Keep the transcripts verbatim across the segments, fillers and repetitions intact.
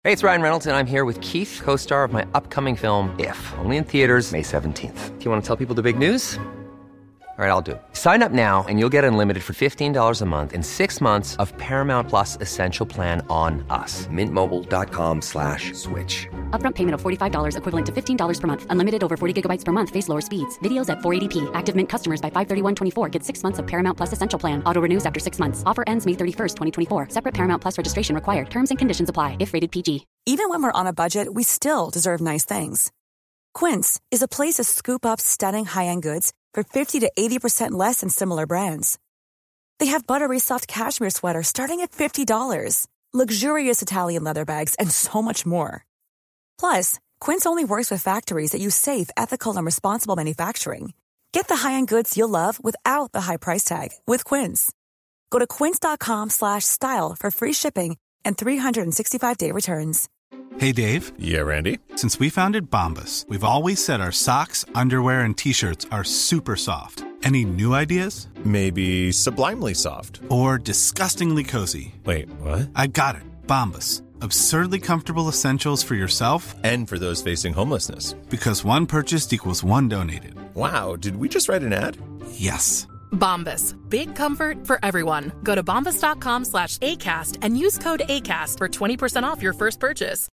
Hey, it's Ryan Reynolds, and I'm here with Keith, co-star of my upcoming film, If, only in theaters May seventeenth. Do you want to tell people the big news? All right, I'll do it. Sign up now and you'll get unlimited for fifteen dollars a month and six months of Paramount Plus Essential Plan on us. Mint Mobile dot com slash switch. Upfront payment of forty-five dollars equivalent to fifteen dollars per month. Unlimited over forty gigabytes per month. Face lower speeds. Videos at four eighty p. Active Mint customers by five thirty-one twenty-four get six months of Paramount Plus Essential Plan. Auto renews after six months. Offer ends May thirty-first, twenty twenty-four. Separate Paramount Plus registration required. Terms and conditions apply if rated P G. Even when we're on a budget, we still deserve nice things. Quince is a place to scoop up stunning high-end goods for fifty to eighty percent less than similar brands. They have buttery soft cashmere sweaters starting at fifty dollars, luxurious Italian leather bags, and so much more. Plus, Quince only works with factories that use safe, ethical, and responsible manufacturing. Get the high-end goods you'll love without the high price tag with Quince. Go to quince.com slash style for free shipping and three sixty-five day returns. Hey, Dave. Yeah, Randy. Since we founded Bombas, we've always said our socks, underwear, and T-shirts are super soft. Any new ideas? Maybe sublimely soft. Or disgustingly cozy. Wait, what? I got it. Bombas. Absurdly comfortable essentials for yourself and for those facing homelessness. Because one purchased equals one donated. Wow, did we just write an ad? Yes. Bombas. Big comfort for everyone. Go to bombas.com slash ACAST and use code ACAST for twenty percent off your first purchase.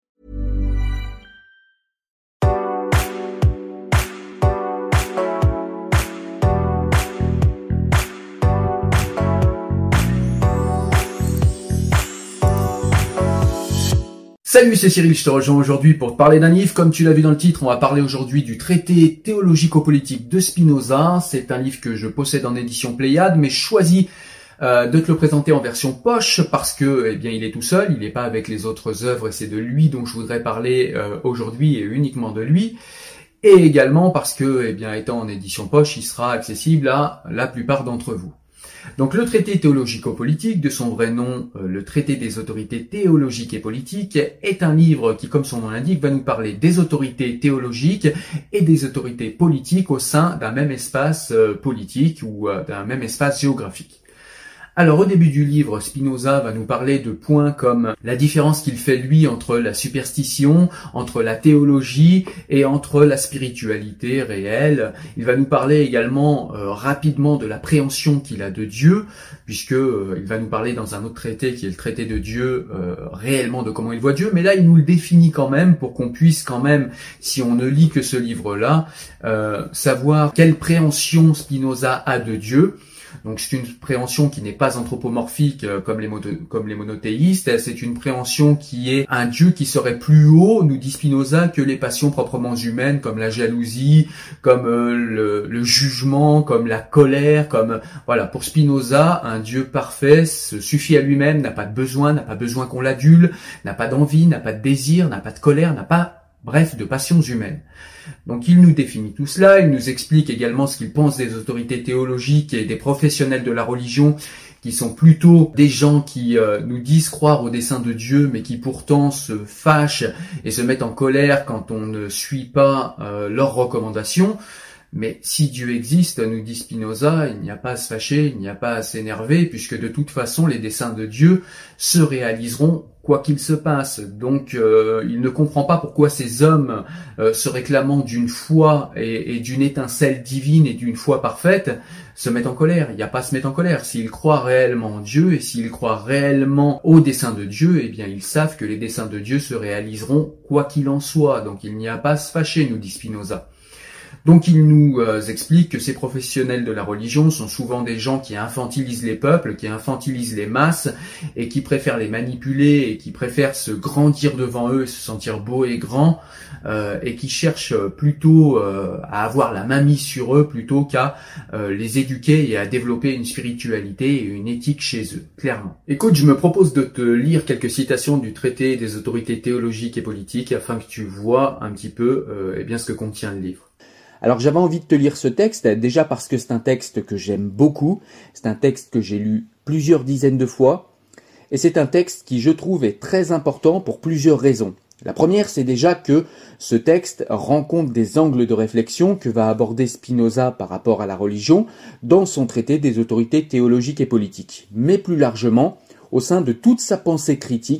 Salut, c'est Cyril, je te rejoins aujourd'hui pour te parler d'un livre. Comme tu l'as vu dans le titre, on va parler aujourd'hui du traité théologico-politique de Spinoza. C'est un livre que je possède en édition Pléiade, mais je choisis euh, de te le présenter en version poche parce que, eh bien, il est tout seul, il n'est pas avec les autres œuvres et c'est de lui dont je voudrais parler euh, aujourd'hui et uniquement de lui. Et également parce que, eh bien, étant en édition poche, il sera accessible à la plupart d'entre vous. Donc le traité théologico-politique, de son vrai nom, euh, le traité des autorités théologiques et politiques, est un livre qui, comme son nom l'indique, va nous parler des autorités théologiques et des autorités politiques au sein d'un même espace euh, politique ou euh, d'un même espace géographique. Alors au début du livre, Spinoza va nous parler de points comme la différence qu'il fait lui entre la superstition, entre la théologie et entre la spiritualité réelle. Il va nous parler également euh, rapidement de la préhension qu'il a de Dieu, puisque euh, il va nous parler dans un autre traité qui est le traité de Dieu, euh, réellement de comment il voit Dieu, mais là il nous le définit quand même pour qu'on puisse quand même, si on ne lit que ce livre-là, euh, savoir quelle préhension Spinoza a de Dieu. Donc c'est une préhension qui n'est pas anthropomorphique euh, comme les mono, comme les monothéistes, c'est une préhension qui est un Dieu qui serait plus haut, nous dit Spinoza, que les passions proprement humaines comme la jalousie, comme euh, le, le jugement, comme la colère, comme voilà, pour Spinoza, un Dieu parfait se suffit à lui-même, n'a pas de besoin, n'a pas besoin qu'on l'adule, n'a pas d'envie, n'a pas de désir, n'a pas de colère, n'a pas bref, de passions humaines. Donc il nous définit tout cela, il nous explique également ce qu'il pense des autorités théologiques et des professionnels de la religion, qui sont plutôt des gens qui euh, nous disent croire au dessein de Dieu, mais qui pourtant se fâchent et se mettent en colère quand on ne suit pas euh, leurs recommandations. Mais si Dieu existe, nous dit Spinoza, il n'y a pas à se fâcher, il n'y a pas à s'énerver, puisque de toute façon, les desseins de Dieu se réaliseront quoi qu'il se passe. Donc, euh, il ne comprend pas pourquoi ces hommes, euh, se réclamant d'une foi et, et d'une étincelle divine et d'une foi parfaite, se mettent en colère. Il n'y a pas à se mettre en colère. S'ils croient réellement en Dieu et s'ils croient réellement aux desseins de Dieu, eh bien, ils savent que les desseins de Dieu se réaliseront quoi qu'il en soit. Donc, il n'y a pas à se fâcher, nous dit Spinoza. Donc il nous euh, explique que ces professionnels de la religion sont souvent des gens qui infantilisent les peuples, qui infantilisent les masses et qui préfèrent les manipuler et qui préfèrent se grandir devant eux et se sentir beaux et grands euh, et qui cherchent plutôt euh, à avoir la main mise sur eux plutôt qu'à euh, les éduquer et à développer une spiritualité et une éthique chez eux, clairement. Écoute, je me propose de te lire quelques citations du traité des autorités théologiques et politiques afin que tu vois un petit peu euh, eh bien ce que contient le livre. Alors j'avais envie de te lire ce texte, déjà parce que c'est un texte que j'aime beaucoup, c'est un texte que j'ai lu plusieurs dizaines de fois, et c'est un texte qui je trouve est très important pour plusieurs raisons. La première, c'est déjà que ce texte rend compte des angles de réflexion que va aborder Spinoza par rapport à la religion dans son traité des autorités théologiques et politiques, mais plus largement au sein de toute sa pensée critique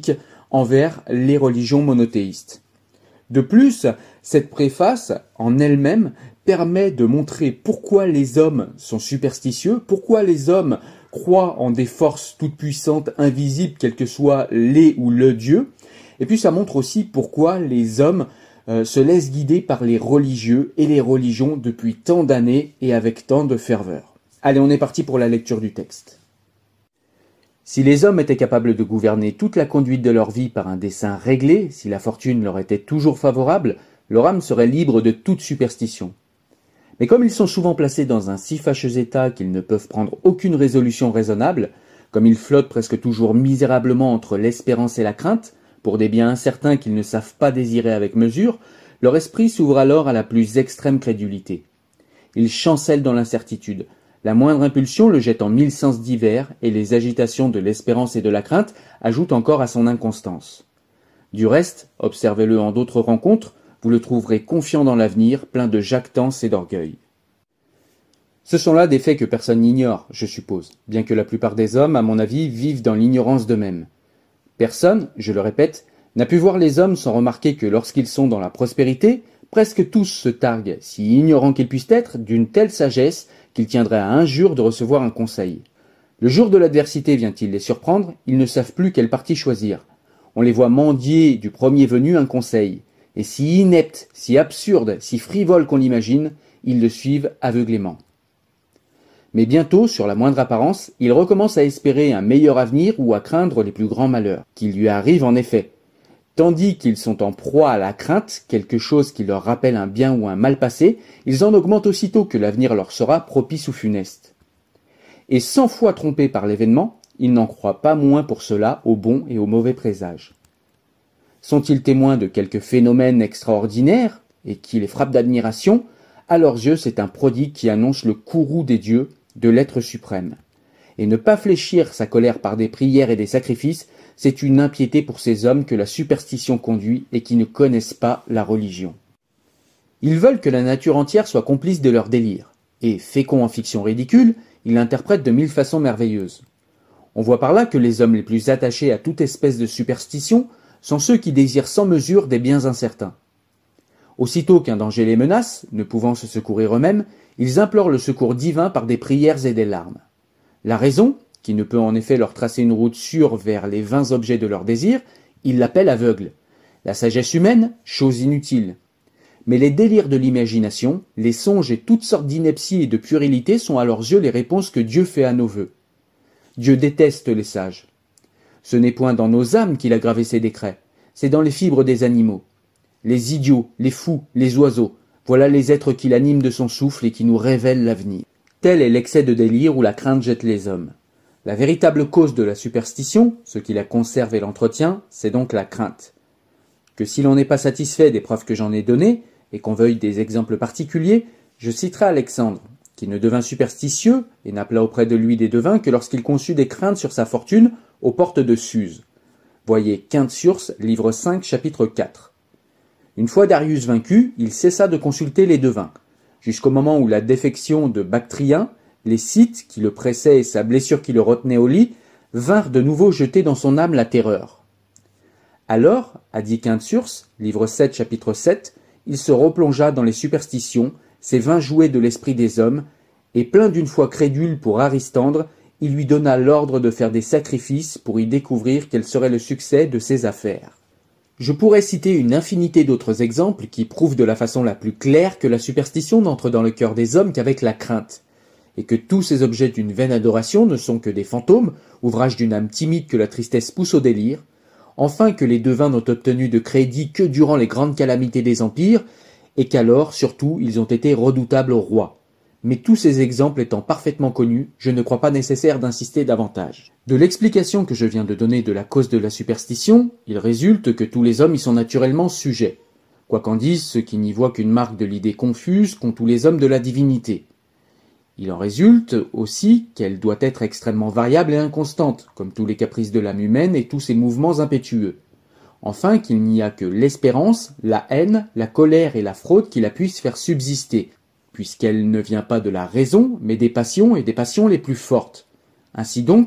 envers les religions monothéistes. De plus, cette préface, en elle-même, permet de montrer pourquoi les hommes sont superstitieux, pourquoi les hommes croient en des forces toutes puissantes, invisibles, quel que soit les ou le Dieu, et puis ça montre aussi pourquoi les hommes euh, se laissent guider par les religieux et les religions depuis tant d'années et avec tant de ferveur. Allez, on est parti pour la lecture du texte. Si les hommes étaient capables de gouverner toute la conduite de leur vie par un dessein réglé, si la fortune leur était toujours favorable, leur âme serait libre de toute superstition. Mais comme ils sont souvent placés dans un si fâcheux état qu'ils ne peuvent prendre aucune résolution raisonnable, comme ils flottent presque toujours misérablement entre l'espérance et la crainte, pour des biens incertains qu'ils ne savent pas désirer avec mesure, leur esprit s'ouvre alors à la plus extrême crédulité. Ils chancellent dans l'incertitude. La moindre impulsion le jette en mille sens divers, et les agitations de l'espérance et de la crainte ajoutent encore à son inconstance. Du reste, observez-le en d'autres rencontres, vous le trouverez confiant dans l'avenir, plein de jactance et d'orgueil. Ce sont là des faits que personne n'ignore, je suppose, bien que la plupart des hommes, à mon avis, vivent dans l'ignorance d'eux-mêmes. Personne, je le répète, n'a pu voir les hommes sans remarquer que lorsqu'ils sont dans la prospérité, presque tous se targuent, si ignorants qu'ils puissent être, d'une telle sagesse qu'ils tiendraient à injure de recevoir un conseil. Le jour de l'adversité vient-il les surprendre, ils ne savent plus quel parti choisir. On les voit mendier du premier venu un conseil, et si inepte, si absurde, si frivole qu'on l'imagine, ils le suivent aveuglément. Mais bientôt, sur la moindre apparence, il recommence à espérer un meilleur avenir ou à craindre les plus grands malheurs, qui lui arrivent en effet. Tandis qu'ils sont en proie à la crainte, quelque chose qui leur rappelle un bien ou un mal passé, ils en augmentent aussitôt que l'avenir leur sera propice ou funeste. Et cent fois trompés par l'événement, ils n'en croient pas moins pour cela au bon et au mauvais présage. Sont-ils témoins de quelque phénomène extraordinaire, et qui les frappe d'admiration? À leurs yeux, c'est un prodigue qui annonce le courroux des dieux, de l'être suprême. Et ne pas fléchir sa colère par des prières et des sacrifices, c'est une impiété pour ces hommes que la superstition conduit et qui ne connaissent pas la religion. Ils veulent que la nature entière soit complice de leur délire, et, féconds en fiction ridicule, ils l'interprètent de mille façons merveilleuses. On voit par là que les hommes les plus attachés à toute espèce de superstition sont ceux qui désirent sans mesure des biens incertains. Aussitôt qu'un danger les menace, ne pouvant se secourir eux-mêmes, ils implorent le secours divin par des prières et des larmes. La raison, qui ne peut en effet leur tracer une route sûre vers les vains objets de leur désir, ils l'appellent aveugle. La sagesse humaine, chose inutile. Mais les délires de l'imagination, les songes et toutes sortes d'inepties et de puérilité sont à leurs yeux les réponses que Dieu fait à nos vœux. Dieu déteste les sages. Ce n'est point dans nos âmes qu'il a gravé ses décrets, c'est dans les fibres des animaux. Les idiots, les fous, les oiseaux, voilà les êtres qu'il anime de son souffle et qui nous révèlent l'avenir. Tel est l'excès de délire où la crainte jette les hommes. La véritable cause de la superstition, ce qui la conserve et l'entretient, c'est donc la crainte. Que si l'on n'est pas satisfait des preuves que j'en ai données, et qu'on veuille des exemples particuliers, je citerai Alexandre, qui ne devint superstitieux et n'appela auprès de lui des devins que lorsqu'il conçut des craintes sur sa fortune aux portes de Suse. Voyez Quinte Source, livre cinq, chapitre quatre. Une fois Darius vaincu, il cessa de consulter les devins, jusqu'au moment où la défection de Bactrien, les Scythes qui le pressaient et sa blessure qui le retenait au lit, vinrent de nouveau jeter dans son âme la terreur. Alors, a dit Quinte Source, livre sept, chapitre sept, il se replongea dans les superstitions, ces vains jouets de l'esprit des hommes, et plein d'une foi crédule pour Aristandre, il lui donna l'ordre de faire des sacrifices pour y découvrir quel serait le succès de ses affaires. Je pourrais citer une infinité d'autres exemples qui prouvent de la façon la plus claire que la superstition n'entre dans le cœur des hommes qu'avec la crainte, et que tous ces objets d'une vaine adoration ne sont que des fantômes, ouvrage d'une âme timide que la tristesse pousse au délire, enfin que les devins n'ont obtenu de crédit que durant les grandes calamités des empires, et qu'alors, surtout, ils ont été redoutables au roi. Mais tous ces exemples étant parfaitement connus, je ne crois pas nécessaire d'insister davantage. De l'explication que je viens de donner de la cause de la superstition, il résulte que tous les hommes y sont naturellement sujets, quoi qu'en disent ceux qui n'y voient qu'une marque de l'idée confuse qu'ont tous les hommes de la divinité. Il en résulte aussi qu'elle doit être extrêmement variable et inconstante, comme tous les caprices de l'âme humaine et tous ses mouvements impétueux. Enfin qu'il n'y a que l'espérance, la haine, la colère et la fraude qui la puissent faire subsister, puisqu'elle ne vient pas de la raison, mais des passions et des passions les plus fortes. Ainsi donc,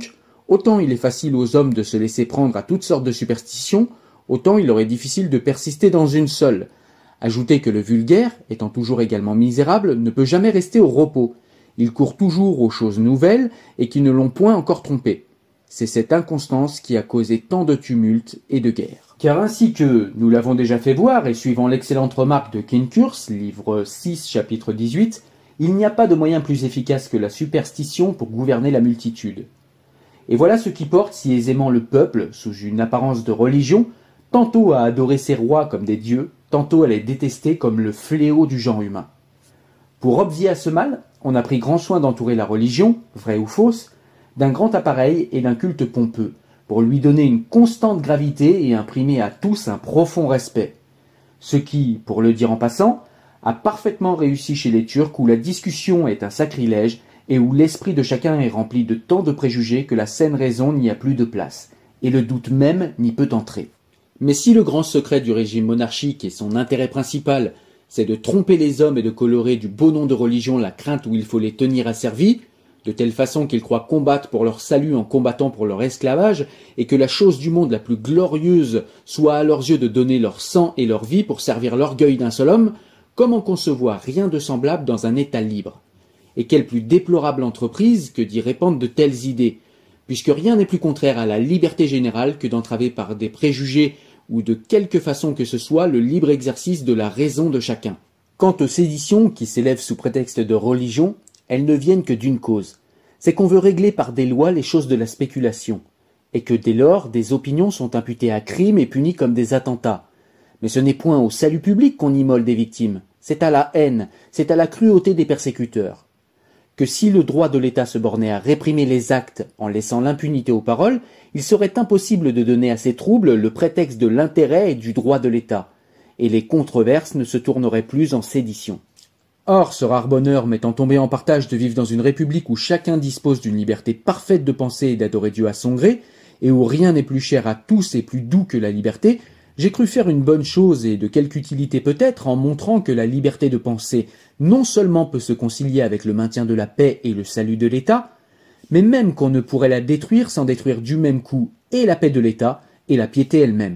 autant il est facile aux hommes de se laisser prendre à toutes sortes de superstitions, autant il leur est difficile de persister dans une seule. Ajoutez que le vulgaire, étant toujours également misérable, ne peut jamais rester au repos. Il court toujours aux choses nouvelles et qui ne l'ont point encore trompé. C'est cette inconstance qui a causé tant de tumultes et de guerres. Car ainsi que, nous l'avons déjà fait voir, et suivant l'excellente remarque de Kinkurs, livre six, chapitre dix-huit, il n'y a pas de moyen plus efficace que la superstition pour gouverner la multitude. Et voilà ce qui porte si aisément le peuple, sous une apparence de religion, tantôt à adorer ses rois comme des dieux, tantôt à les détester comme le fléau du genre humain. Pour obvier à ce mal, on a pris grand soin d'entourer la religion, vraie ou fausse, d'un grand appareil et d'un culte pompeux, pour lui donner une constante gravité et imprimer à tous un profond respect. Ce qui, pour le dire en passant, a parfaitement réussi chez les Turcs où la discussion est un sacrilège et où l'esprit de chacun est rempli de tant de préjugés que la saine raison n'y a plus de place, et le doute même n'y peut entrer. Mais si le grand secret du régime monarchique et son intérêt principal, c'est de tromper les hommes et de colorer du beau nom de religion la crainte où il faut les tenir asservis, de telle façon qu'ils croient combattre pour leur salut en combattant pour leur esclavage, et que la chose du monde la plus glorieuse soit à leurs yeux de donner leur sang et leur vie pour servir l'orgueil d'un seul homme, comment concevoir rien de semblable dans un État libre? Et quelle plus déplorable entreprise que d'y répandre de telles idées, puisque rien n'est plus contraire à la liberté générale que d'entraver par des préjugés ou de quelque façon que ce soit le libre exercice de la raison de chacun. Quant aux séditions qui s'élèvent sous prétexte de religion, elles ne viennent que d'une cause, c'est qu'on veut régler par des lois les choses de la spéculation, et que dès lors des opinions sont imputées à crime et punies comme des attentats. Mais ce n'est point au salut public qu'on immole des victimes, c'est à la haine, c'est à la cruauté des persécuteurs. Que si le droit de l'État se bornait à réprimer les actes en laissant l'impunité aux paroles, il serait impossible de donner à ces troubles le prétexte de l'intérêt et du droit de l'État, et les controverses ne se tourneraient plus en sédition. Or, ce rare bonheur m'étant tombé en partage de vivre dans une république où chacun dispose d'une liberté parfaite de penser et d'adorer Dieu à son gré, et où rien n'est plus cher à tous et plus doux que la liberté, j'ai cru faire une bonne chose et de quelque utilité peut-être en montrant que la liberté de penser non seulement peut se concilier avec le maintien de la paix et le salut de l'État, mais même qu'on ne pourrait la détruire sans détruire du même coup et la paix de l'État et la piété elle-même.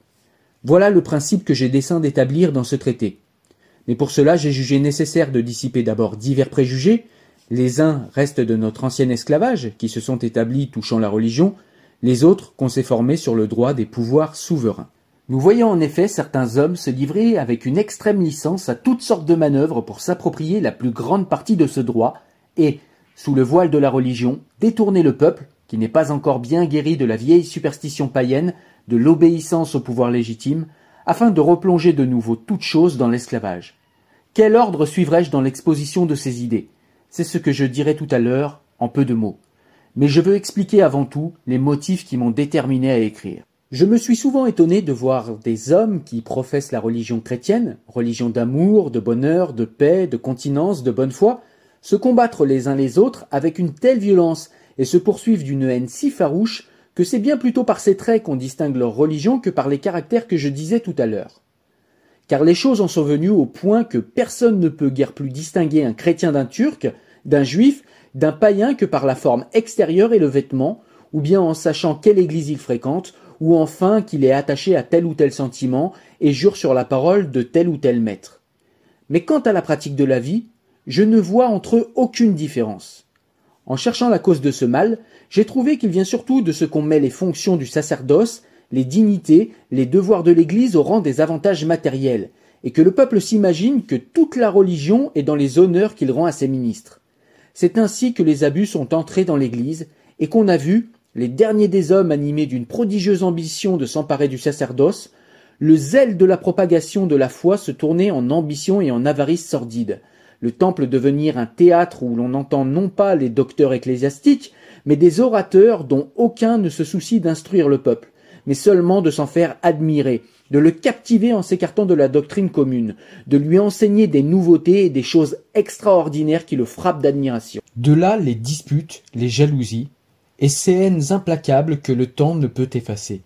Voilà le principe que j'ai dessein d'établir dans ce traité. Mais pour cela, j'ai jugé nécessaire de dissiper d'abord divers préjugés. Les uns restent de notre ancien esclavage, qui se sont établis touchant la religion, les autres qu'on s'est formés sur le droit des pouvoirs souverains. Nous voyons en effet certains hommes se livrer avec une extrême licence à toutes sortes de manœuvres pour s'approprier la plus grande partie de ce droit et, sous le voile de la religion, détourner le peuple, qui n'est pas encore bien guéri de la vieille superstition païenne, de l'obéissance au pouvoir légitime, afin de replonger de nouveau toute chose dans l'esclavage. Quel ordre suivrai-je dans l'exposition de ces idées? C'est ce que je dirai tout à l'heure, en peu de mots. Mais je veux expliquer avant tout les motifs qui m'ont déterminé à écrire. Je me suis souvent étonné de voir des hommes qui professent la religion chrétienne, religion d'amour, de bonheur, de paix, de continence, de bonne foi, se combattre les uns les autres avec une telle violence et se poursuivre d'une haine si farouche que c'est bien plutôt par ces traits qu'on distingue leur religion que par les caractères que je disais tout à l'heure. Car les choses en sont venues au point que personne ne peut guère plus distinguer un chrétien d'un turc, d'un juif, d'un païen que par la forme extérieure et le vêtement, ou bien en sachant quelle église il fréquente, ou enfin qu'il est attaché à tel ou tel sentiment et jure sur la parole de tel ou tel maître. Mais quant à la pratique de la vie, je ne vois entre eux aucune différence. En cherchant la cause de ce mal, j'ai trouvé qu'il vient surtout de ce qu'on met les fonctions du sacerdoce, les dignités, les devoirs de l'Église au rang des avantages matériels, et que le peuple s'imagine que toute la religion est dans les honneurs qu'il rend à ses ministres. C'est ainsi que les abus sont entrés dans l'Église, et qu'on a vu, les derniers des hommes animés d'une prodigieuse ambition de s'emparer du sacerdoce, le zèle de la propagation de la foi se tourner en ambition et en avarice sordide, le temple devenir un théâtre où l'on entend non pas les docteurs ecclésiastiques, mais des orateurs dont aucun ne se soucie d'instruire le peuple, mais seulement de s'en faire admirer, de le captiver en s'écartant de la doctrine commune, de lui enseigner des nouveautés et des choses extraordinaires qui le frappent d'admiration. De là les disputes, les jalousies, et ces haines implacables que le temps ne peut effacer.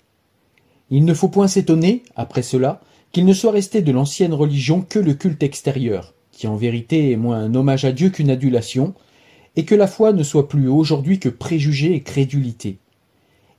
Il ne faut point s'étonner, après cela, qu'il ne soit resté de l'ancienne religion que le culte extérieur, qui en vérité est moins un hommage à Dieu qu'une adulation, et que la foi ne soit plus aujourd'hui que préjugé et crédulité.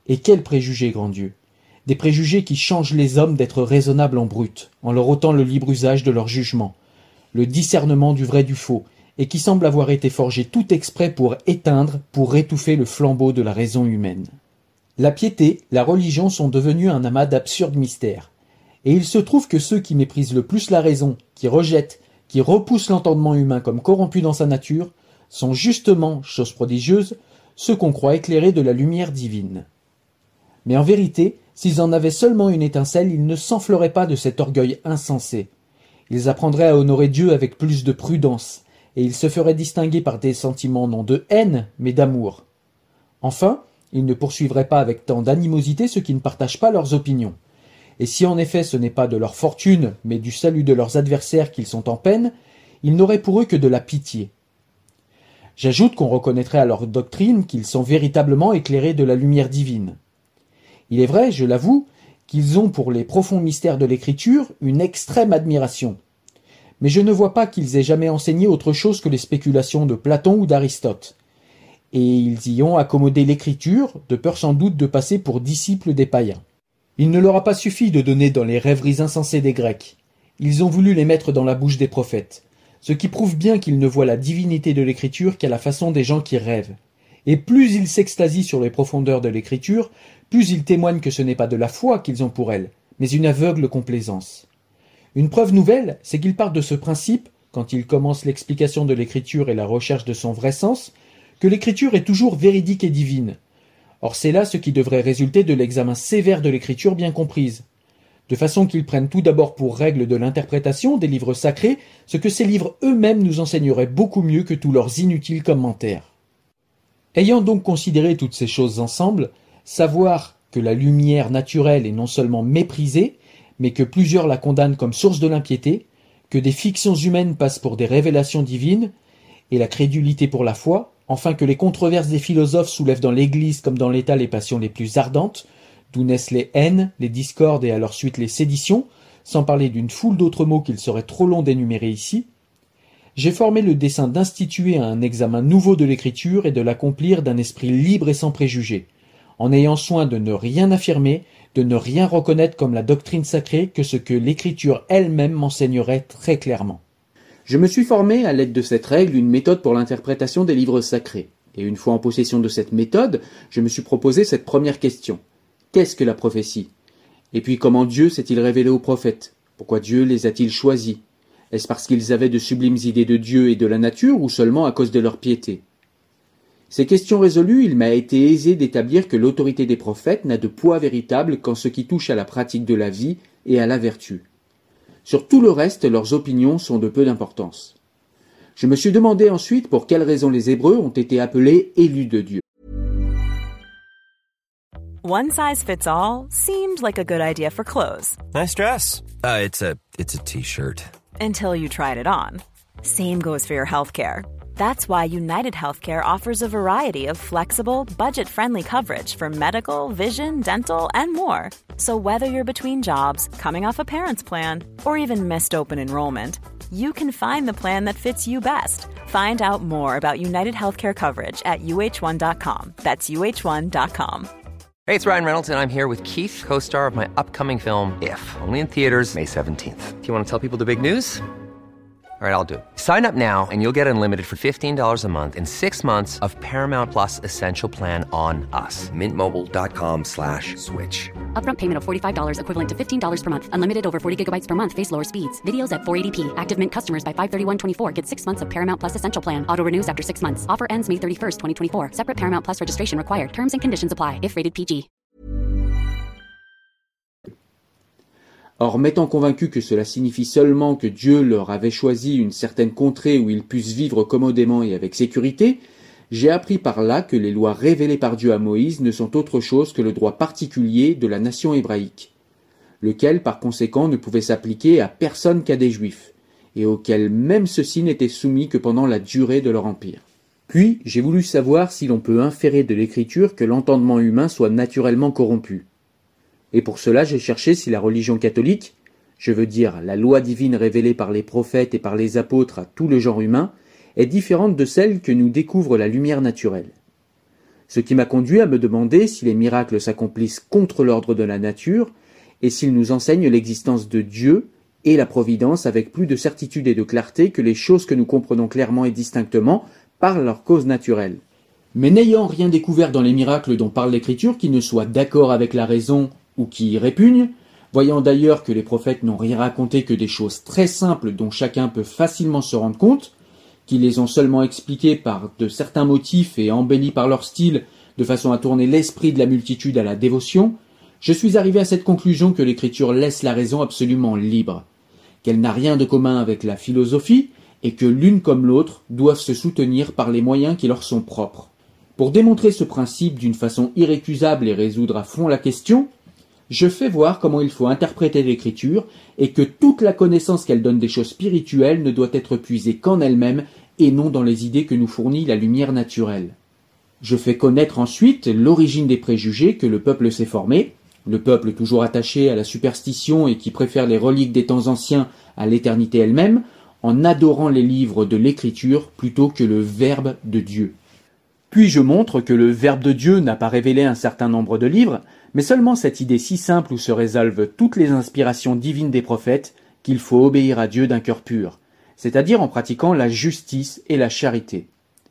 Et quels préjugés, grand Dieu! Des préjugés qui changent les hommes d'être raisonnables en brut, en leur ôtant le libre usage de leur jugement, le discernement du vrai du faux, et qui semblent avoir été forgés tout exprès pour éteindre, pour étouffer le flambeau de la raison humaine. La piété, la religion sont devenus un amas d'absurdes mystères. Et il se trouve que ceux qui méprisent le plus la raison, qui rejettent, qui repoussent l'entendement humain comme corrompu dans sa nature, sont justement, chose prodigieuse, ceux qu'on croit éclairés de la lumière divine. Mais en vérité, s'ils en avaient seulement une étincelle, ils ne s'enfleraient pas de cet orgueil insensé. Ils apprendraient à honorer Dieu avec plus de prudence, et ils se feraient distinguer par des sentiments non de haine, mais d'amour. Enfin, ils ne poursuivraient pas avec tant d'animosité ceux qui ne partagent pas leurs opinions. Et si en effet ce n'est pas de leur fortune, mais du salut de leurs adversaires qu'ils sont en peine, ils n'auraient pour eux que de la pitié. J'ajoute qu'on reconnaîtrait à leur doctrine qu'ils sont véritablement éclairés de la lumière divine. Il est vrai, je l'avoue, qu'ils ont pour les profonds mystères de l'écriture une extrême admiration. Mais je ne vois pas qu'ils aient jamais enseigné autre chose que les spéculations de Platon ou d'Aristote. Et ils y ont accommodé l'écriture, de peur sans doute de passer pour disciples des païens. Il ne leur a pas suffi de donner dans les rêveries insensées des Grecs. Ils ont voulu les mettre dans la bouche des prophètes, ce qui prouve bien qu'ils ne voient la divinité de l'écriture qu'à la façon des gens qui rêvent. Et plus ils s'extasient sur les profondeurs de l'écriture, plus ils témoignent que ce n'est pas de la foi qu'ils ont pour elle, mais une aveugle complaisance. Une preuve nouvelle, c'est qu'ils partent de ce principe, quand ils commencent l'explication de l'écriture et la recherche de son vrai sens, que l'écriture est toujours véridique et divine. Or c'est là ce qui devrait résulter de l'examen sévère de l'écriture bien comprise, de façon qu'ils prennent tout d'abord pour règle de l'interprétation des livres sacrés ce que ces livres eux-mêmes nous enseigneraient beaucoup mieux que tous leurs inutiles commentaires. Ayant donc considéré toutes ces choses ensemble, savoir que la lumière naturelle est non seulement méprisée, mais que plusieurs la condamnent comme source de l'impiété, que des fictions humaines passent pour des révélations divines, et la crédulité pour la foi, enfin que les controverses des philosophes soulèvent dans l'Église comme dans l'État les passions les plus ardentes, d'où naissent les haines, les discordes et à leur suite les séditions, sans parler d'une foule d'autres mots qu'il serait trop long d'énumérer ici, j'ai formé le dessein d'instituer un examen nouveau de l'écriture et de l'accomplir d'un esprit libre et sans préjugés, en ayant soin de ne rien affirmer, de ne rien reconnaître comme la doctrine sacrée que ce que l'écriture elle-même m'enseignerait très clairement. Je me suis formé à l'aide de cette règle une méthode pour l'interprétation des livres sacrés, et une fois en possession de cette méthode, je me suis proposé cette première question. Qu'est-ce que la prophétie? Et puis comment Dieu s'est-il révélé aux prophètes? Pourquoi Dieu les a-t-il choisis? Est-ce parce qu'ils avaient de sublimes idées de Dieu et de la nature, ou seulement à cause de leur piété? Ces questions résolues, il m'a été aisé d'établir que l'autorité des prophètes n'a de poids véritable qu'en ce qui touche à la pratique de la vie et à la vertu. Sur tout le reste, leurs opinions sont de peu d'importance. Je me suis demandé ensuite pour quelles raisons les Hébreux ont été appelés élus de Dieu. One size fits all seemed like a good idea for clothes. Nice dress. Uh, it's a it's a t-shirt. Until you tried it on. Same goes for your healthcare. That's why United Healthcare offers a variety of flexible, budget-friendly coverage for medical, vision, dental, and more. So whether you're between jobs, coming off a parent's plan, or even missed open enrollment, you can find the plan that fits you best. Find out more about United Healthcare coverage at U H one dot com. That's U H one dot com. Hey, it's Ryan Reynolds, and I'm here with Keith, co-star of my upcoming film, If, only in theaters May seventeenth. Do you want to tell people the big news? All right, I'll do it. Sign up now and you'll get unlimited for fifteen dollars a month and six months of Paramount Plus Essential Plan on us. Mint Mobile dot com slash switch. Upfront payment of forty-five dollars equivalent to fifteen dollars per month. Unlimited over forty gigabytes per month. Face lower speeds. Videos at four eighty p. Active Mint customers by five thirty-one twenty-four get six months of Paramount Plus Essential Plan. Auto renews after six months. Offer ends May thirty-first, twenty twenty-four. Separate Paramount Plus registration required. Terms and conditions apply if rated P G. Or, m'étant convaincu que cela signifie seulement que Dieu leur avait choisi une certaine contrée où ils puissent vivre commodément et avec sécurité, j'ai appris par là que les lois révélées par Dieu à Moïse ne sont autre chose que le droit particulier de la nation hébraïque, lequel par conséquent ne pouvait s'appliquer à personne qu'à des Juifs, et auquel même ceux-ci n'étaient soumis que pendant la durée de leur empire. Puis, j'ai voulu savoir si l'on peut inférer de l'écriture que l'entendement humain soit naturellement corrompu. Et pour cela, j'ai cherché si la religion catholique, je veux dire la loi divine révélée par les prophètes et par les apôtres à tout le genre humain, est différente de celle que nous découvre la lumière naturelle. ce qui m'a conduit à me demander si les miracles s'accomplissent contre l'ordre de la nature et s'ils nous enseignent l'existence de Dieu et la providence avec plus de certitude et de clarté que les choses que nous comprenons clairement et distinctement par leur cause naturelle. Mais n'ayant rien découvert dans les miracles dont parle l'Écriture qui ne soit d'accord avec la raison ou qui y répugne, voyant d'ailleurs que les prophètes n'ont rien raconté que des choses très simples dont chacun peut facilement se rendre compte, qui les ont seulement expliquées par de certains motifs et embellis par leur style de façon à tourner l'esprit de la multitude à la dévotion, je suis arrivé à cette conclusion que l'Écriture laisse la raison absolument libre, qu'elle n'a rien de commun avec la philosophie et que l'une comme l'autre doivent se soutenir par les moyens qui leur sont propres. Pour démontrer ce principe d'une façon irrécusable et résoudre à fond la question, je fais voir comment il faut interpréter l'Écriture et que toute la connaissance qu'elle donne des choses spirituelles ne doit être puisée qu'en elle-même et non dans les idées que nous fournit la lumière naturelle. Je fais connaître ensuite l'origine des préjugés que le peuple s'est formé, le peuple toujours attaché à la superstition et qui préfère les reliques des temps anciens à l'éternité elle-même, en adorant les livres de l'Écriture plutôt que le Verbe de Dieu. Puis je montre que le Verbe de Dieu n'a pas révélé un certain nombre de livres, mais seulement cette idée si simple où se résolvent toutes les inspirations divines des prophètes qu'il faut obéir à Dieu d'un cœur pur, c'est-à-dire en pratiquant la justice et la charité.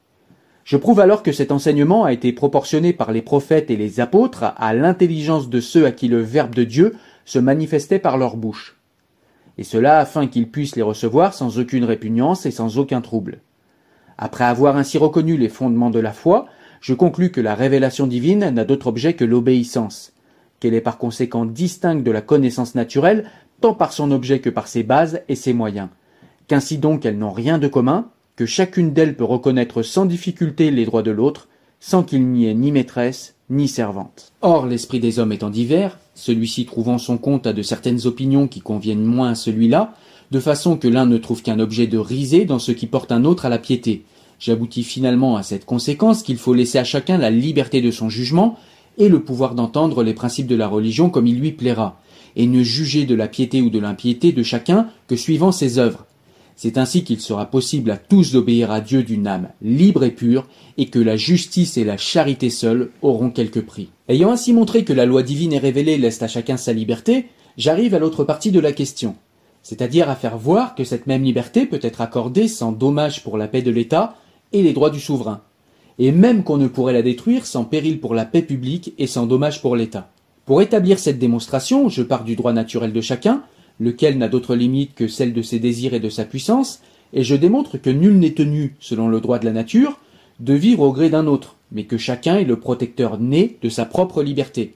Je prouve alors que cet enseignement a été proportionné par les prophètes et les apôtres à l'intelligence de ceux à qui le Verbe de Dieu se manifestait par leur bouche, et cela afin qu'ils puissent les recevoir sans aucune répugnance et sans aucun trouble. Après avoir ainsi reconnu les fondements de la foi, je conclus que la révélation divine n'a d'autre objet que l'obéissance, qu'elle est par conséquent distincte de la connaissance naturelle tant par son objet que par ses bases et ses moyens, qu'ainsi donc elles n'ont rien de commun, que chacune d'elles peut reconnaître sans difficulté les droits de l'autre, sans qu'il n'y ait ni maîtresse ni servante. Or, l'esprit des hommes étant divers, celui-ci trouvant son compte à de certaines opinions qui conviennent moins à celui-là, de façon que l'un ne trouve qu'un objet de risée dans ce qui porte un autre à la piété. J'aboutis finalement à cette conséquence qu'il faut laisser à chacun la liberté de son jugement et le pouvoir d'entendre les principes de la religion comme il lui plaira, et ne juger de la piété ou de l'impiété de chacun que suivant ses œuvres. C'est ainsi qu'il sera possible à tous d'obéir à Dieu d'une âme libre et pure, et que la justice et la charité seules auront quelque prix. Ayant ainsi montré que la loi divine et révélée laisse à chacun sa liberté, j'arrive à l'autre partie de la question, c'est-à-dire à faire voir que cette même liberté peut être accordée sans dommage pour la paix de l'État et les droits du souverain, et même qu'on ne pourrait la détruire sans péril pour la paix publique et sans dommage pour l'État. Pour établir cette démonstration, je pars du droit naturel de chacun, lequel n'a d'autre limite que celle de ses désirs et de sa puissance, et je démontre que nul n'est tenu, selon le droit de la nature, de vivre au gré d'un autre, mais que chacun est le protecteur né de sa propre liberté.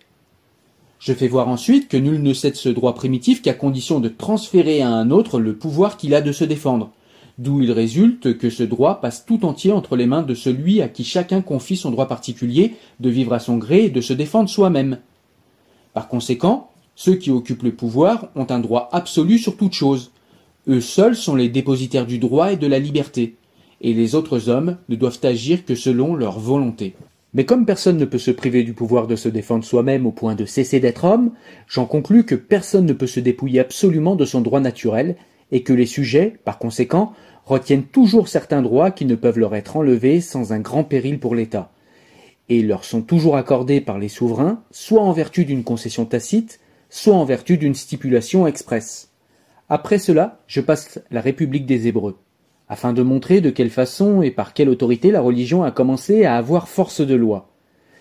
Je fais voir ensuite que nul ne cède ce droit primitif qu'à condition de transférer à un autre le pouvoir qu'il a de se défendre, d'où il résulte que ce droit passe tout entier entre les mains de celui à qui chacun confie son droit particulier de vivre à son gré et de se défendre soi-même. Par conséquent, ceux qui occupent le pouvoir ont un droit absolu sur toute chose. Eux seuls sont les dépositaires du droit et de la liberté, et les autres hommes ne doivent agir que selon leur volonté. Mais comme personne ne peut se priver du pouvoir de se défendre soi-même au point de cesser d'être homme, j'en conclus que personne ne peut se dépouiller absolument de son droit naturel, et que les sujets, par conséquent, retiennent toujours certains droits qui ne peuvent leur être enlevés sans un grand péril pour l'État, et leur sont toujours accordés par les souverains, soit en vertu d'une concession tacite, soit en vertu d'une stipulation expresse. Après cela, je passe la République des Hébreux, afin de montrer de quelle façon et par quelle autorité la religion a commencé à avoir force de loi.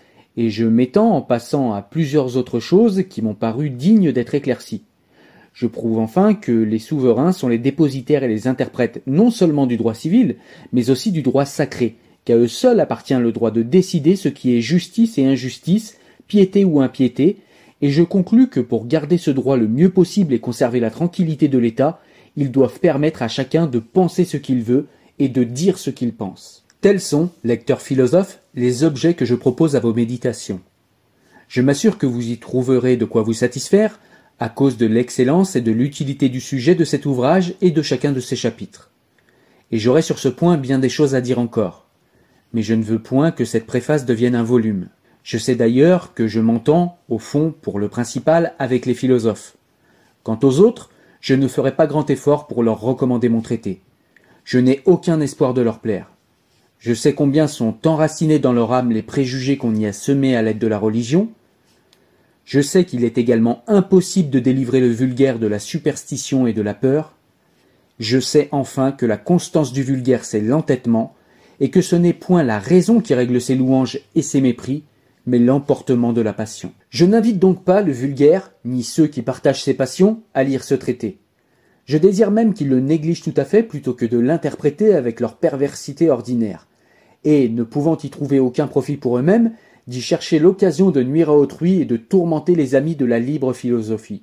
Et je m'étends en passant à plusieurs autres choses qui m'ont paru dignes d'être éclaircies. Je prouve enfin que les souverains sont les dépositaires et les interprètes non seulement du droit civil, mais aussi du droit sacré, qu'à eux seuls appartient le droit de décider ce qui est justice et injustice, piété ou impiété, et je conclus que pour garder ce droit le mieux possible et conserver la tranquillité de l'État, ils doivent permettre à chacun de penser ce qu'il veut et de dire ce qu'il pense. Tels sont, lecteurs philosophes, les objets que je propose à vos méditations. Je m'assure que vous y trouverez de quoi vous satisfaire, à cause de l'excellence et de l'utilité du sujet de cet ouvrage et de chacun de ses chapitres. Et j'aurai sur ce point bien des choses à dire encore. Mais je ne veux point que cette préface devienne un volume. Je sais d'ailleurs que je m'entends, au fond, pour le principal, avec les philosophes. Quant aux autres, je ne ferai pas grand effort pour leur recommander mon traité. Je n'ai aucun espoir de leur plaire. Je sais combien sont enracinés dans leur âme les préjugés qu'on y a semés à l'aide de la religion. Je sais qu'il est également impossible de délivrer le vulgaire de la superstition et de la peur. Je sais enfin que la constance du vulgaire c'est l'entêtement, et que ce n'est point la raison qui règle ses louanges et ses mépris, mais l'emportement de la passion. Je n'invite donc pas le vulgaire, ni ceux qui partagent ses passions, à lire ce traité. Je désire même qu'ils le négligent tout à fait plutôt que de l'interpréter avec leur perversité ordinaire, et, ne pouvant y trouver aucun profit pour eux-mêmes, d'y chercher l'occasion de nuire à autrui et de tourmenter les amis de la libre philosophie.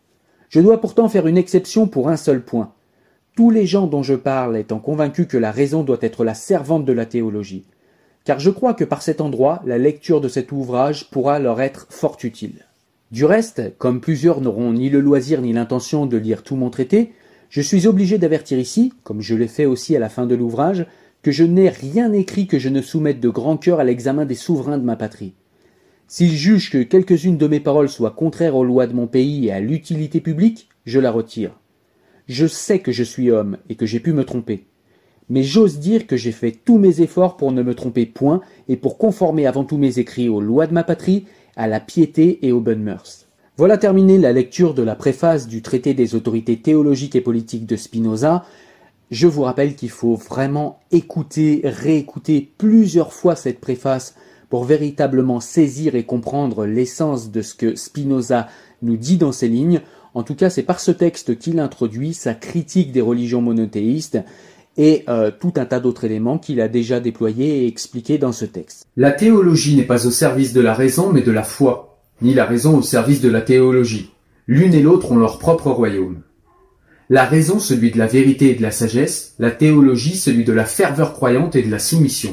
Je dois pourtant faire une exception pour un seul point. Tous les gens dont je parle étant convaincus que la raison doit être la servante de la théologie, car je crois que par cet endroit, la lecture de cet ouvrage pourra leur être fort utile. Du reste, comme plusieurs n'auront ni le loisir ni l'intention de lire tout mon traité, je suis obligé d'avertir ici, comme je l'ai fait aussi à la fin de l'ouvrage, que je n'ai rien écrit que je ne soumette de grand cœur à l'examen des souverains de ma patrie. S'ils jugent que quelques-unes de mes paroles soient contraires aux lois de mon pays et à l'utilité publique, je la retire. Je sais que je suis homme et que j'ai pu me tromper. Mais j'ose dire que j'ai fait tous mes efforts pour ne me tromper point et pour conformer avant tout mes écrits aux lois de ma patrie, à la piété et aux bonnes mœurs. Voilà terminée la lecture de la préface du traité des autorités théologiques et politiques de Spinoza. Je vous rappelle qu'il faut vraiment écouter, réécouter plusieurs fois cette préface pour véritablement saisir et comprendre l'essence de ce que Spinoza nous dit dans ces lignes. En tout cas, c'est par ce texte qu'il introduit sa critique des religions monothéistes et euh, tout un tas d'autres éléments qu'il a déjà déployés et expliqués dans ce texte. La théologie n'est pas au service de la raison, mais de la foi, ni la raison au service de la théologie. L'une et l'autre ont leur propre royaume. La raison, celui de la vérité et de la sagesse, la théologie, celui de la ferveur croyante et de la soumission.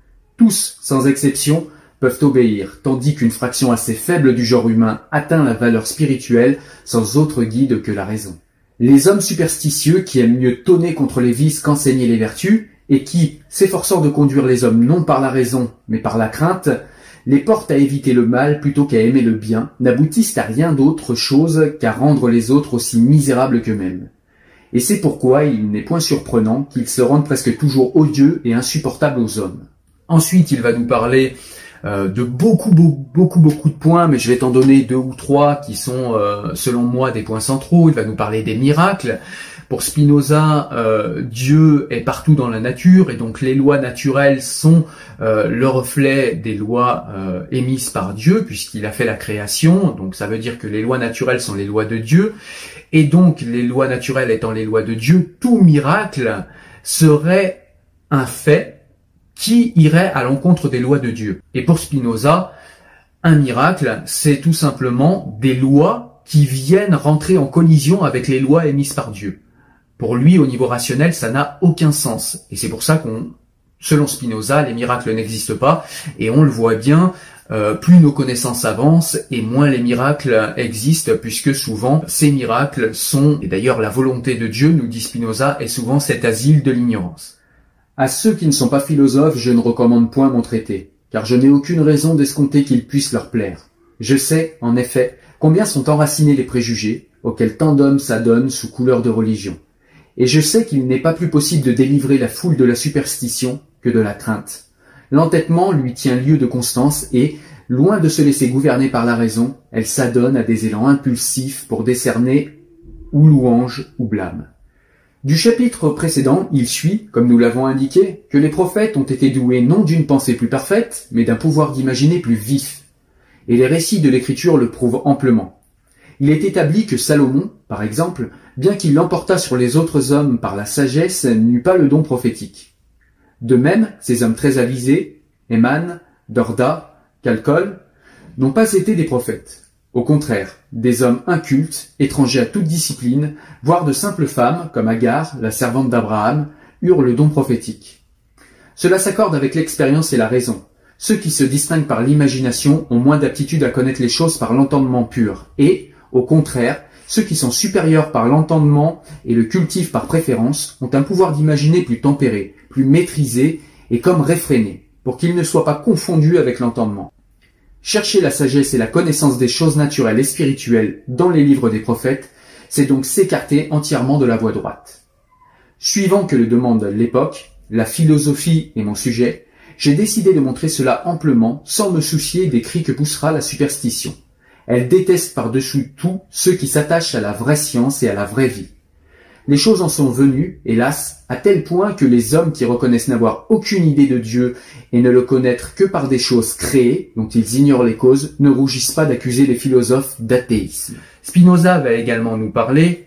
Tous, sans exception, peuvent obéir, tandis qu'une fraction assez faible du genre humain atteint la valeur spirituelle sans autre guide que la raison. Les hommes superstitieux qui aiment mieux tonner contre les vices qu'enseigner les vertus, et qui, s'efforçant de conduire les hommes non par la raison, mais par la crainte, les portent à éviter le mal plutôt qu'à aimer le bien, n'aboutissent à rien d'autre chose qu'à rendre les autres aussi misérables qu'eux-mêmes. Et c'est pourquoi il n'est point surprenant qu'ils se rendent presque toujours odieux et insupportables aux hommes. Ensuite, il va nous parler euh, de beaucoup, beaucoup, beaucoup, beaucoup de points, mais je vais t'en donner deux ou trois qui sont, euh, selon moi, des points centraux. Il va nous parler des miracles. Pour Spinoza, euh, Dieu est partout dans la nature, et donc les lois naturelles sont euh, le reflet des lois euh, émises par Dieu, puisqu'il a fait la création. Donc ça veut dire que les lois naturelles sont les lois de Dieu, et donc les lois naturelles étant les lois de Dieu, tout miracle serait un fait qui irait à l'encontre des lois de Dieu. Et pour Spinoza, un miracle, c'est tout simplement des lois qui viennent rentrer en collision avec les lois émises par Dieu. Pour lui, au niveau rationnel, ça n'a aucun sens. Et c'est pour ça qu'on, selon Spinoza, les miracles n'existent pas. Et on le voit bien, euh, plus nos connaissances avancent et moins les miracles existent, puisque souvent, ces miracles sont, et d'ailleurs la volonté de Dieu, nous dit Spinoza, est souvent cet asile de l'ignorance. À ceux qui ne sont pas philosophes, je ne recommande point mon traité, car je n'ai aucune raison d'escompter qu'il puisse leur plaire. Je sais, en effet, combien sont enracinés les préjugés, auxquels tant d'hommes s'adonnent sous couleur de religion. Et je sais qu'il n'est pas plus possible de délivrer la foule de la superstition que de la crainte. L'entêtement lui tient lieu de constance et, loin de se laisser gouverner par la raison, elle s'adonne à des élans impulsifs pour décerner ou louange ou blâme. Du chapitre précédent, il suit, comme nous l'avons indiqué, que les prophètes ont été doués non d'une pensée plus parfaite, mais d'un pouvoir d'imaginer plus vif. Et les récits de l'écriture le prouvent amplement. Il est établi que Salomon, par exemple, bien qu'il l'emportât sur les autres hommes par la sagesse, n'eut pas le don prophétique. De même, ces hommes très avisés, Éman, Dorda, Calcol, n'ont pas été des prophètes. Au contraire, des hommes incultes, étrangers à toute discipline, voire de simples femmes, comme Agar, la servante d'Abraham, eurent le don prophétique. Cela s'accorde avec l'expérience et la raison. Ceux qui se distinguent par l'imagination ont moins d'aptitude à connaître les choses par l'entendement pur, et, au contraire, ceux qui sont supérieurs par l'entendement et le cultivent par préférence ont un pouvoir d'imaginer plus tempéré, plus maîtrisé et comme réfréné, pour qu'ils ne soient pas confondus avec l'entendement. Chercher la sagesse et la connaissance des choses naturelles et spirituelles dans les livres des prophètes, c'est donc s'écarter entièrement de la voie droite. Suivant que le demande l'époque, la philosophie est mon sujet, j'ai décidé de montrer cela amplement sans me soucier des cris que poussera la superstition. Elle déteste par-dessus tout ceux qui s'attachent à la vraie science et à la vraie vie. Les choses en sont venues, hélas, à tel point que les hommes qui reconnaissent n'avoir aucune idée de Dieu et ne le connaître que par des choses créées, dont ils ignorent les causes, ne rougissent pas d'accuser les philosophes d'athéisme. Spinoza va également nous parler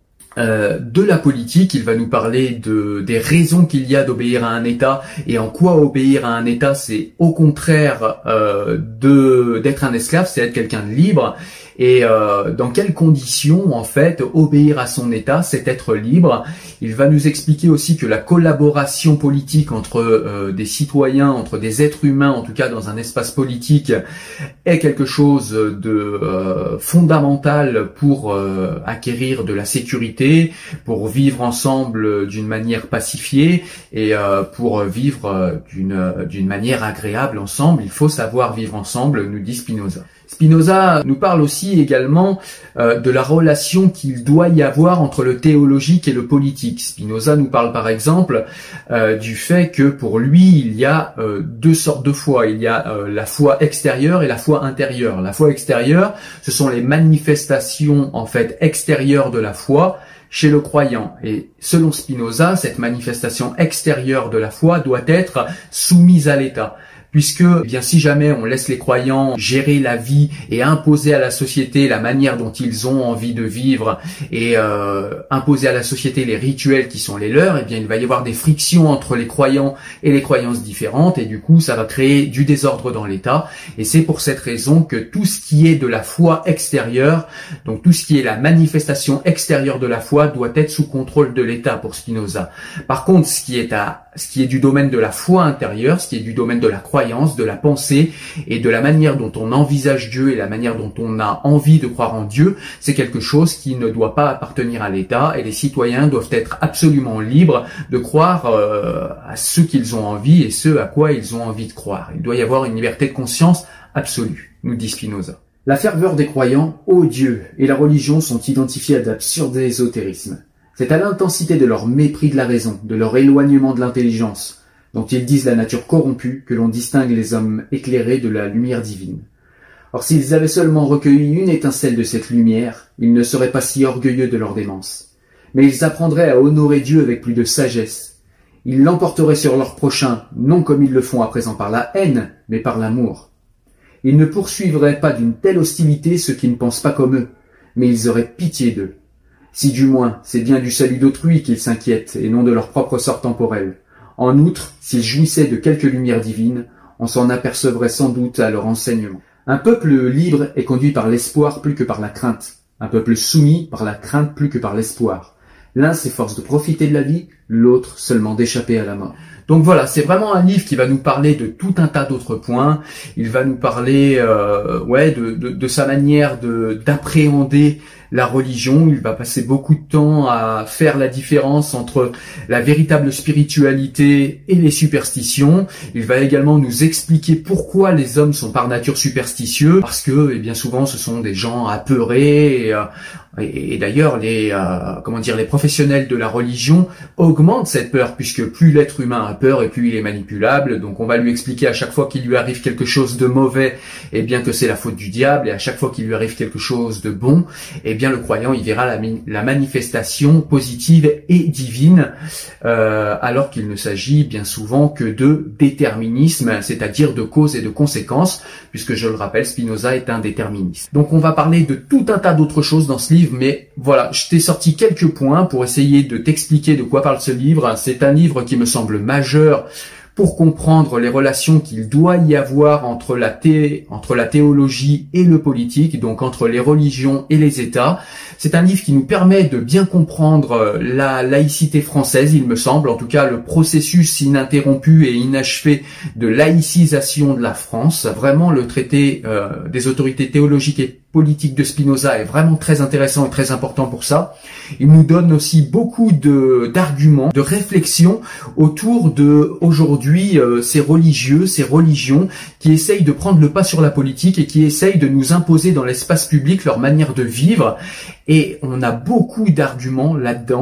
Euh, de la politique, il va nous parler de des raisons qu'il y a d'obéir à un État et en quoi obéir à un État, c'est au contraire euh, de d'être un esclave, c'est être quelqu'un de libre. Et euh, dans quelles conditions, en fait, obéir à son État, c'est être libre. Il va nous expliquer aussi que la collaboration politique entre euh, des citoyens, entre des êtres humains, en tout cas dans un espace politique, est quelque chose de euh, fondamental pour euh, acquérir de la sécurité, pour vivre ensemble d'une manière pacifiée et euh, pour vivre d'une d'une manière agréable ensemble. Il faut savoir vivre ensemble, nous dit Spinoza. Spinoza nous parle aussi également euh, de la relation qu'il doit y avoir entre le théologique et le politique. Spinoza nous parle par exemple euh, du fait que pour lui, il y a euh, deux sortes de foi. Il y a euh, la foi extérieure et la foi intérieure. La foi extérieure, ce sont les manifestations en fait extérieures de la foi chez le croyant. Et selon Spinoza, cette manifestation extérieure de la foi doit être soumise à l'État. Puisque, eh bien, si jamais on laisse les croyants gérer la vie et imposer à la société la manière dont ils ont envie de vivre et euh, imposer à la société les rituels qui sont les leurs, eh bien, il va y avoir des frictions entre les croyants et les croyances différentes et du coup, ça va créer du désordre dans l'État. Et c'est pour cette raison que tout ce qui est de la foi extérieure, donc tout ce qui est la manifestation extérieure de la foi, doit être sous contrôle de l'État pour Spinoza. Par contre, ce qui est à, ce qui est du domaine de la foi intérieure, ce qui est du domaine de la croyance, de la pensée et de la manière dont on envisage Dieu et la manière dont on a envie de croire en Dieu, c'est quelque chose qui ne doit pas appartenir à l'État et les citoyens doivent être absolument libres de croire euh, à ce qu'ils ont envie et ce à quoi ils ont envie de croire. Il doit y avoir une liberté de conscience absolue, nous dit Spinoza. La ferveur des croyants, ô Dieu, et la religion sont identifiés à d'absurdes ésotérismes. C'est à l'intensité de leur mépris de la raison, de leur éloignement de l'intelligence, dont ils disent la nature corrompue, que l'on distingue les hommes éclairés de la lumière divine. Or s'ils avaient seulement recueilli une étincelle de cette lumière, ils ne seraient pas si orgueilleux de leur démence. Mais ils apprendraient à honorer Dieu avec plus de sagesse. Ils l'emporteraient sur leur prochain, non comme ils le font à présent par la haine, mais par l'amour. Ils ne poursuivraient pas d'une telle hostilité ceux qui ne pensent pas comme eux, mais ils auraient pitié d'eux. Si du moins c'est bien du salut d'autrui qu'ils s'inquiètent et non de leur propre sort temporelle. En outre, s'ils jouissaient de quelque lumière divine, on s'en apercevrait sans doute à leur enseignement. Un peuple libre est conduit par l'espoir plus que par la crainte. Un peuple soumis par la crainte plus que par l'espoir. L'un s'efforce de profiter de la vie, l'autre seulement d'échapper à la mort. Donc voilà, c'est vraiment un livre qui va nous parler de tout un tas d'autres points. Il va nous parler euh, ouais, de, de, de sa manière de d'appréhender la religion. Il va passer beaucoup de temps à faire la différence entre la véritable spiritualité et les superstitions. Il va également nous expliquer pourquoi les hommes sont par nature superstitieux, parce que eh bien souvent ce sont des gens apeurés et, euh, et, et d'ailleurs les euh, comment dire les professionnels de la religion augmentent cette peur, puisque plus l'être humain a peur et plus il est manipulable. Donc on va lui expliquer à chaque fois qu'il lui arrive quelque chose de mauvais, eh bien que c'est la faute du diable, et à chaque fois qu'il lui arrive quelque chose de bon, eh bien le croyant il verra la, la manifestation positive et divine, euh, alors qu'il ne s'agit bien souvent que de déterminisme, c'est-à-dire de cause et de conséquences, puisque je le rappelle, Spinoza est un déterministe. Donc on va parler de tout un tas d'autres choses dans ce livre, mais voilà, je t'ai sorti quelques points pour essayer de t'expliquer de quoi parle ce livre. C'est un livre qui me semble majeur pour comprendre les relations qu'il doit y avoir entre la, thé, entre la théologie et le politique, donc entre les religions et les États. C'est un livre qui nous permet de bien comprendre la laïcité française, il me semble, en tout cas le processus ininterrompu et inachevé de laïcisation de la France. Vraiment, le traité euh, des autorités théologiques et politiques de Spinoza est vraiment très intéressant et très important pour ça. Il nous donne aussi beaucoup de d'arguments, de réflexions autour de aujourd'hui euh, ces religieux, ces religions qui essayent de prendre le pas sur la politique et qui essayent de nous imposer dans l'espace public leur manière de vivre. Et on a beaucoup d'arguments là-dedans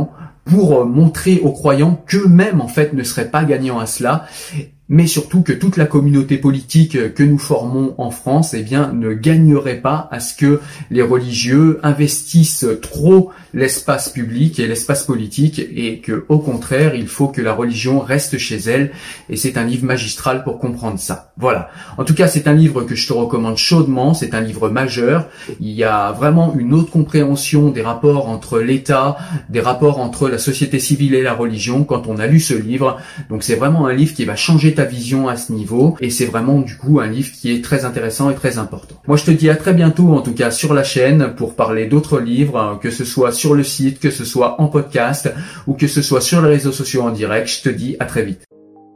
pour montrer aux croyants qu'eux-mêmes en fait ne seraient pas gagnants à cela, mais surtout que toute la communauté politique que nous formons en France, eh bien, ne gagnerait pas à ce que les religieux investissent trop l'espace public et l'espace politique, et que, au contraire, il faut que la religion reste chez elle. Et c'est un livre magistral pour comprendre ça. Voilà. En tout cas, c'est un livre que je te recommande chaudement. C'est un livre majeur. Il y a vraiment une autre compréhension des rapports entre l'État, des rapports entre la société civile et la religion quand on a lu ce livre. Donc, c'est vraiment un livre qui va changer ta vision à ce niveau, et c'est vraiment du coup un livre qui est très intéressant et très important. Moi je te dis à très bientôt, en tout cas sur la chaîne, pour parler d'autres livres, que ce soit sur le site, que ce soit en podcast ou que ce soit sur les réseaux sociaux en direct. Je te dis à très vite.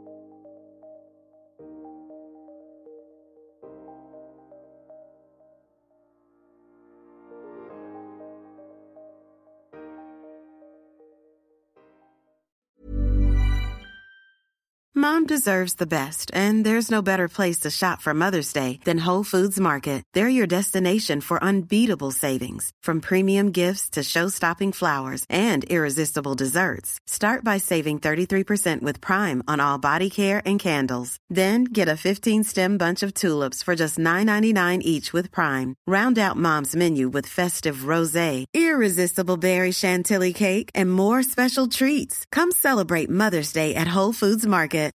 Mom deserves the best, and there's no better place to shop for Mother's Day than Whole Foods Market. They're your destination for unbeatable savings, from premium gifts to show-stopping flowers and irresistible desserts. Start by saving thirty-three percent with Prime on all body care and candles. Then get a fifteen-stem bunch of tulips for just nine ninety-nine each with Prime. Round out Mom's menu with festive rosé, irresistible berry chantilly cake, and more special treats. Come celebrate Mother's Day at Whole Foods Market.